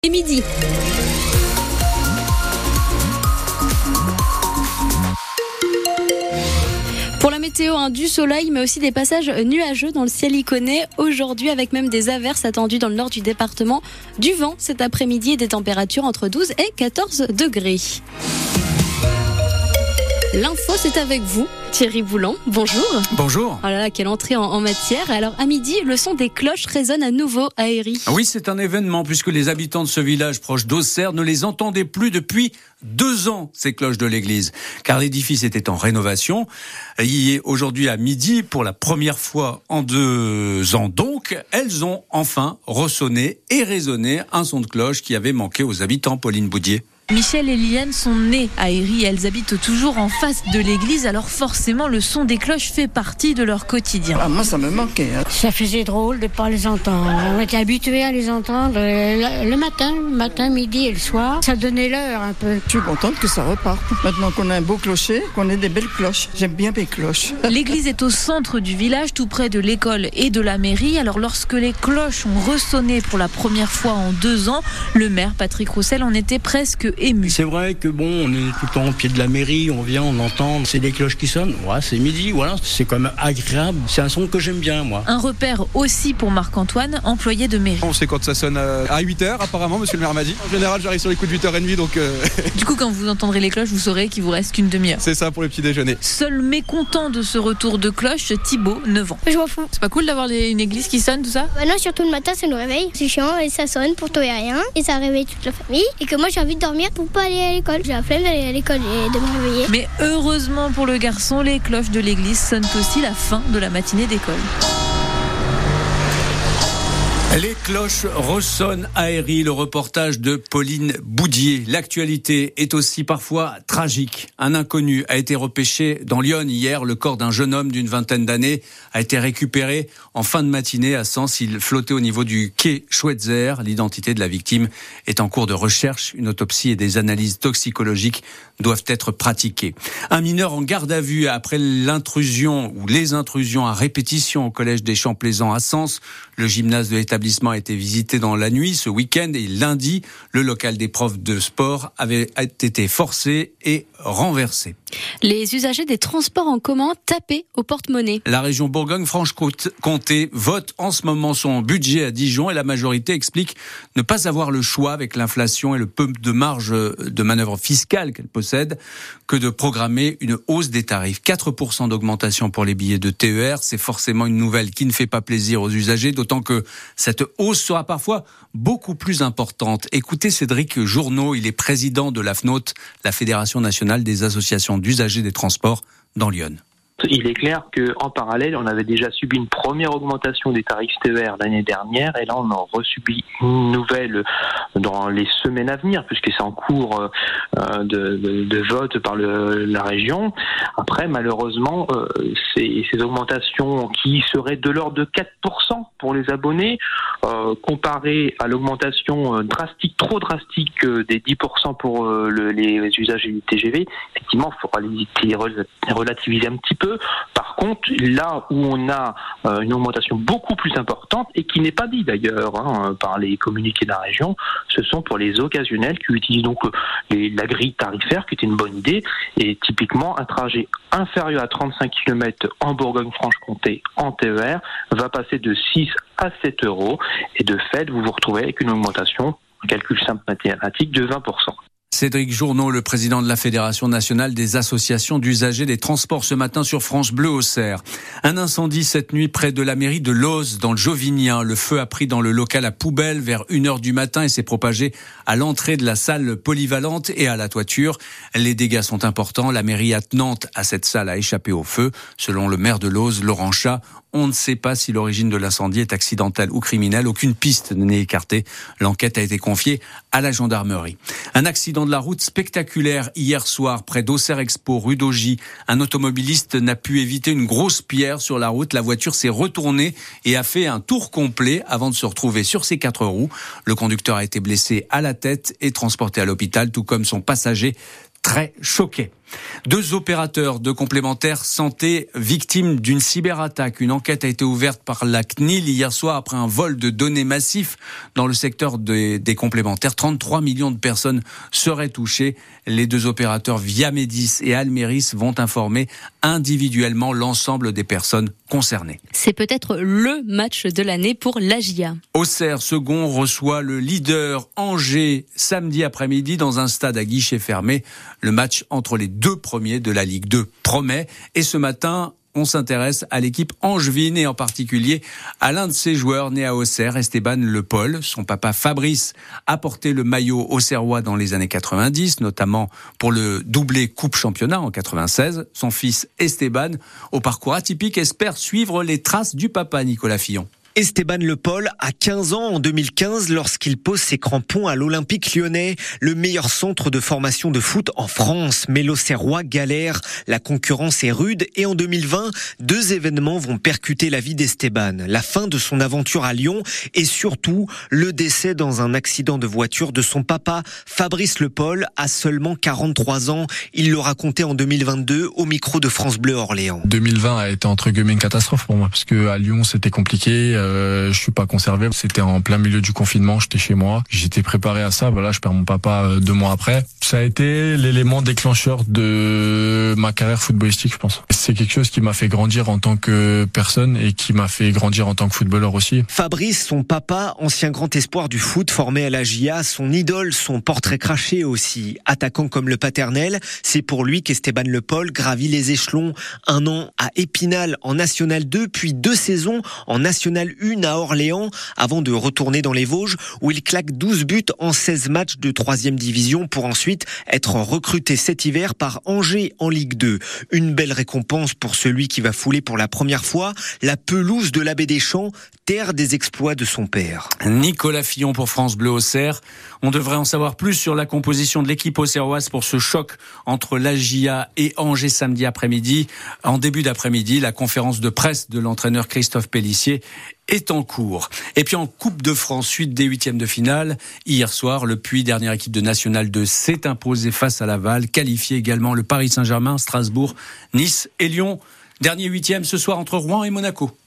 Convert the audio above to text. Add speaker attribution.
Speaker 1: Et midi. Pour la météo, du soleil, mais aussi des passages nuageux dans le ciel iconé aujourd'hui, avec même des averses attendues dans le nord du département. Du vent cet après-midi et des températures entre 12 et 14 degrés. L'info, c'est avec vous, Thierry Boulan. Bonjour.
Speaker 2: Bonjour.
Speaker 1: Oh là là, quelle entrée en matière. Alors, à midi, le son des cloches résonne à nouveau à Héry.
Speaker 2: Oui, c'est un événement puisque les habitants de ce village proche d'Auxerre ne les entendaient plus depuis 2 ans, ces cloches de l'église. Car l'édifice était en rénovation. Il est aujourd'hui à midi, pour la première fois en 2 ans donc, elles ont enfin ressonné et résonné un son de cloche qui avait manqué aux habitants. Pauline Boudier.
Speaker 3: Michel et Liliane sont nées à Héry. Elles habitent toujours en face de l'église, alors forcément le son des cloches fait partie de leur quotidien.
Speaker 4: Moi ça me manquait.
Speaker 5: Ça faisait drôle de ne pas les entendre. On était habitués à les entendre le matin, midi et le soir. Ça donnait l'heure un peu.
Speaker 4: Je suis contente que ça reparte. Maintenant qu'on a un beau clocher, qu'on ait des belles cloches. J'aime bien mes cloches.
Speaker 3: L'église est au centre du village, tout près de l'école et de la mairie. Alors lorsque les cloches ont ressonné pour la première fois en 2 ans, le maire Patrick Roussel en était presque ému.
Speaker 6: C'est vrai que on est tout le temps au pied de la mairie, on vient, on entend, c'est des cloches qui sonnent. Ouais, c'est midi, voilà, c'est quand même agréable. C'est un son que j'aime bien, moi.
Speaker 3: Un repère aussi pour Marc-Antoine, employé de mairie.
Speaker 7: On sait quand ça sonne à 8h, apparemment, monsieur le maire m'a dit. En général, j'arrive sur les coups de 8h30, donc...
Speaker 3: Du coup, quand vous entendrez les cloches, vous saurez qu'il vous reste qu'une demi-heure.
Speaker 7: C'est ça pour le petit déjeuner.
Speaker 3: Seul mécontent de ce retour de cloche, Thibaut, 9 ans.
Speaker 8: Je m'en fous.
Speaker 3: C'est pas cool d'avoir une église qui sonne, tout ça ?
Speaker 8: Non, surtout le matin, ça nous réveille. C'est chiant et ça sonne pour tout et rien. Et ça réveille toute la famille. Et que moi, j'ai envie de dormir pour pas aller à l'école. J'ai la flemme d'aller à l'école et de me réveiller.
Speaker 3: Mais heureusement pour le garçon, les cloches de l'église sonnent aussi la fin de la matinée d'école.
Speaker 2: Les cloches ressonnent à Héry, le reportage de Pauline Boudier. L'actualité est aussi parfois tragique. Un inconnu a été repêché dans l'Yonne hier. Le corps d'un jeune homme d'une vingtaine d'années a été récupéré en fin de matinée à Sens. Il flottait au niveau du quai Schweitzer. L'identité de la victime est en cours de recherche. Une autopsie et des analyses toxicologiques doivent être pratiquées. Un mineur en garde à vue après l'intrusion ou les intrusions à répétition au collège des Champs-Plaisants à Sens. Le gymnase de l'établissement a été visité dans la nuit ce week-end et lundi, le local des profs de sport avait été forcé et renversé.
Speaker 1: Les usagers des transports en commun tapés au porte-monnaie.
Speaker 2: La région Bourgogne-Franche-Comté vote en ce moment son budget à Dijon et la majorité explique ne pas avoir le choix avec l'inflation et le peu de marge de manœuvre fiscale qu'elle possède que de programmer une hausse des tarifs. 4% d'augmentation pour les billets de TER, c'est forcément une nouvelle qui ne fait pas plaisir aux usagers, d'autant que cette hausse sera parfois beaucoup plus importante. Écoutez Cédric Journeau, il est président de la FNOT, la Fédération nationale des associations d'usagers des transports dans l'Yonne.
Speaker 9: Il est clair qu'en parallèle, on avait déjà subi une première augmentation des tarifs TER l'année dernière et là on en resubit une nouvelle dans les semaines à venir puisque c'est en cours de vote par la région. Après, malheureusement, ces augmentations qui seraient de l'ordre de 4% pour les abonnés, comparées à l'augmentation trop drastique des 10% pour les usagers du TGV, effectivement, il faudra les relativiser un petit peu. Par contre, là où on a une augmentation beaucoup plus importante et qui n'est pas dit d'ailleurs par les communiqués de la région, ce sont pour les occasionnels qui utilisent donc la grille tarifaire, qui était une bonne idée. Et typiquement, un trajet inférieur à 35 km en Bourgogne-Franche-Comté en TER va passer de 6 à 7 euros. Et de fait, vous vous retrouvez avec une augmentation, un calcul simple mathématique, de 20%.
Speaker 2: Cédric Journeau, le président de la Fédération nationale des associations d'usagers des transports ce matin sur France Bleu Auxerre. Un incendie cette nuit près de la mairie de Loz dans le Jovinien. Le feu a pris dans le local à poubelle vers 1h du matin et s'est propagé à l'entrée de la salle polyvalente et à la toiture. Les dégâts sont importants. La mairie attenante à cette salle a échappé au feu. Selon le maire de Loz, Laurent Chat, on ne sait pas si l'origine de l'incendie est accidentelle ou criminelle. Aucune piste n'est écartée. L'enquête a été confiée à la gendarmerie. Un accident de la route spectaculaire hier soir près d'Auxerre Expo, rue d'Augy. Un automobiliste n'a pu éviter une grosse pierre sur la route. La voiture s'est retournée et a fait un tour complet avant de se retrouver sur ses 4 roues. Le conducteur a été blessé à la tête et transporté à l'hôpital, tout comme son passager très choqué. 2 opérateurs de complémentaires santé victimes d'une cyberattaque. Une enquête a été ouverte par la CNIL hier soir après un vol de données massif dans le secteur des complémentaires. 33 millions de personnes seraient touchées. Les 2 opérateurs Viamédis et Almeris vont informer individuellement l'ensemble des personnes concernées.
Speaker 1: C'est peut-être le match de l'année pour l'AGIA.
Speaker 2: Auxerre second reçoit le leader Angers samedi après-midi dans un stade à guichet fermé. Le match entre les 2 premiers de la Ligue 2 promet. Et ce matin, on s'intéresse à l'équipe angevine et en particulier à l'un de ses joueurs né à Auxerre, Esteban Le Paul. Son papa Fabrice a porté le maillot auxerrois dans les années 90, notamment pour le doublé Coupe Championnat en 96. Son fils Esteban, au parcours atypique, espère suivre les traces du papa Nicolas Fillon.
Speaker 10: Esteban Le Paul a 15 ans en 2015 lorsqu'il pose ses crampons à l'Olympique Lyonnais, le meilleur centre de formation de foot en France. Mais l'Auxerrois galère, la concurrence est rude et en 2020, 2 événements vont percuter la vie d'Esteban. La fin de son aventure à Lyon et surtout le décès dans un accident de voiture de son papa, Fabrice Le Paul, à seulement 43 ans. Il le racontait en 2022 au micro de France Bleu Orléans.
Speaker 11: 2020 a été entre guillemets une catastrophe pour moi parce que à Lyon c'était compliqué. Je suis pas conservé. C'était en plein milieu du confinement. J'étais chez moi. J'étais préparé à ça. Voilà, je perds mon papa 2 mois après. Ça a été l'élément déclencheur de ma carrière footballistique, je pense. C'est quelque chose qui m'a fait grandir en tant que personne et qui m'a fait grandir en tant que footballeur aussi.
Speaker 10: Fabrice, son papa, ancien grand espoir du foot formé à la GIA, son idole, son portrait craché aussi. Attaquant comme le paternel, c'est pour lui qu'Esteban Le Paul gravit les échelons. 1 an à Épinal en National 2, puis 2 saisons en National 1 à Orléans, avant de retourner dans les Vosges, où il claque 12 buts en 16 matchs de 3e division pour ensuite être recruté cet hiver par Angers en Ligue 2. Une belle récompense pour celui qui va fouler pour la première fois la pelouse de l'Abbé des Champs, terre des exploits de son père.
Speaker 2: Nicolas Fillon pour France Bleu Auxerre. On devrait en savoir plus sur la composition de l'équipe auxerroise pour ce choc entre l'AGIA et Angers samedi après-midi. En début d'après-midi, la conférence de presse de l'entraîneur Christophe Pélissier est en cours. Et puis en Coupe de France, suite des 8e de finale, hier soir, le Puy, dernière équipe de National 2, s'est imposé face à Laval, qualifié également le Paris Saint-Germain, Strasbourg, Nice et Lyon. Dernier 8e ce soir entre Rouen et Monaco.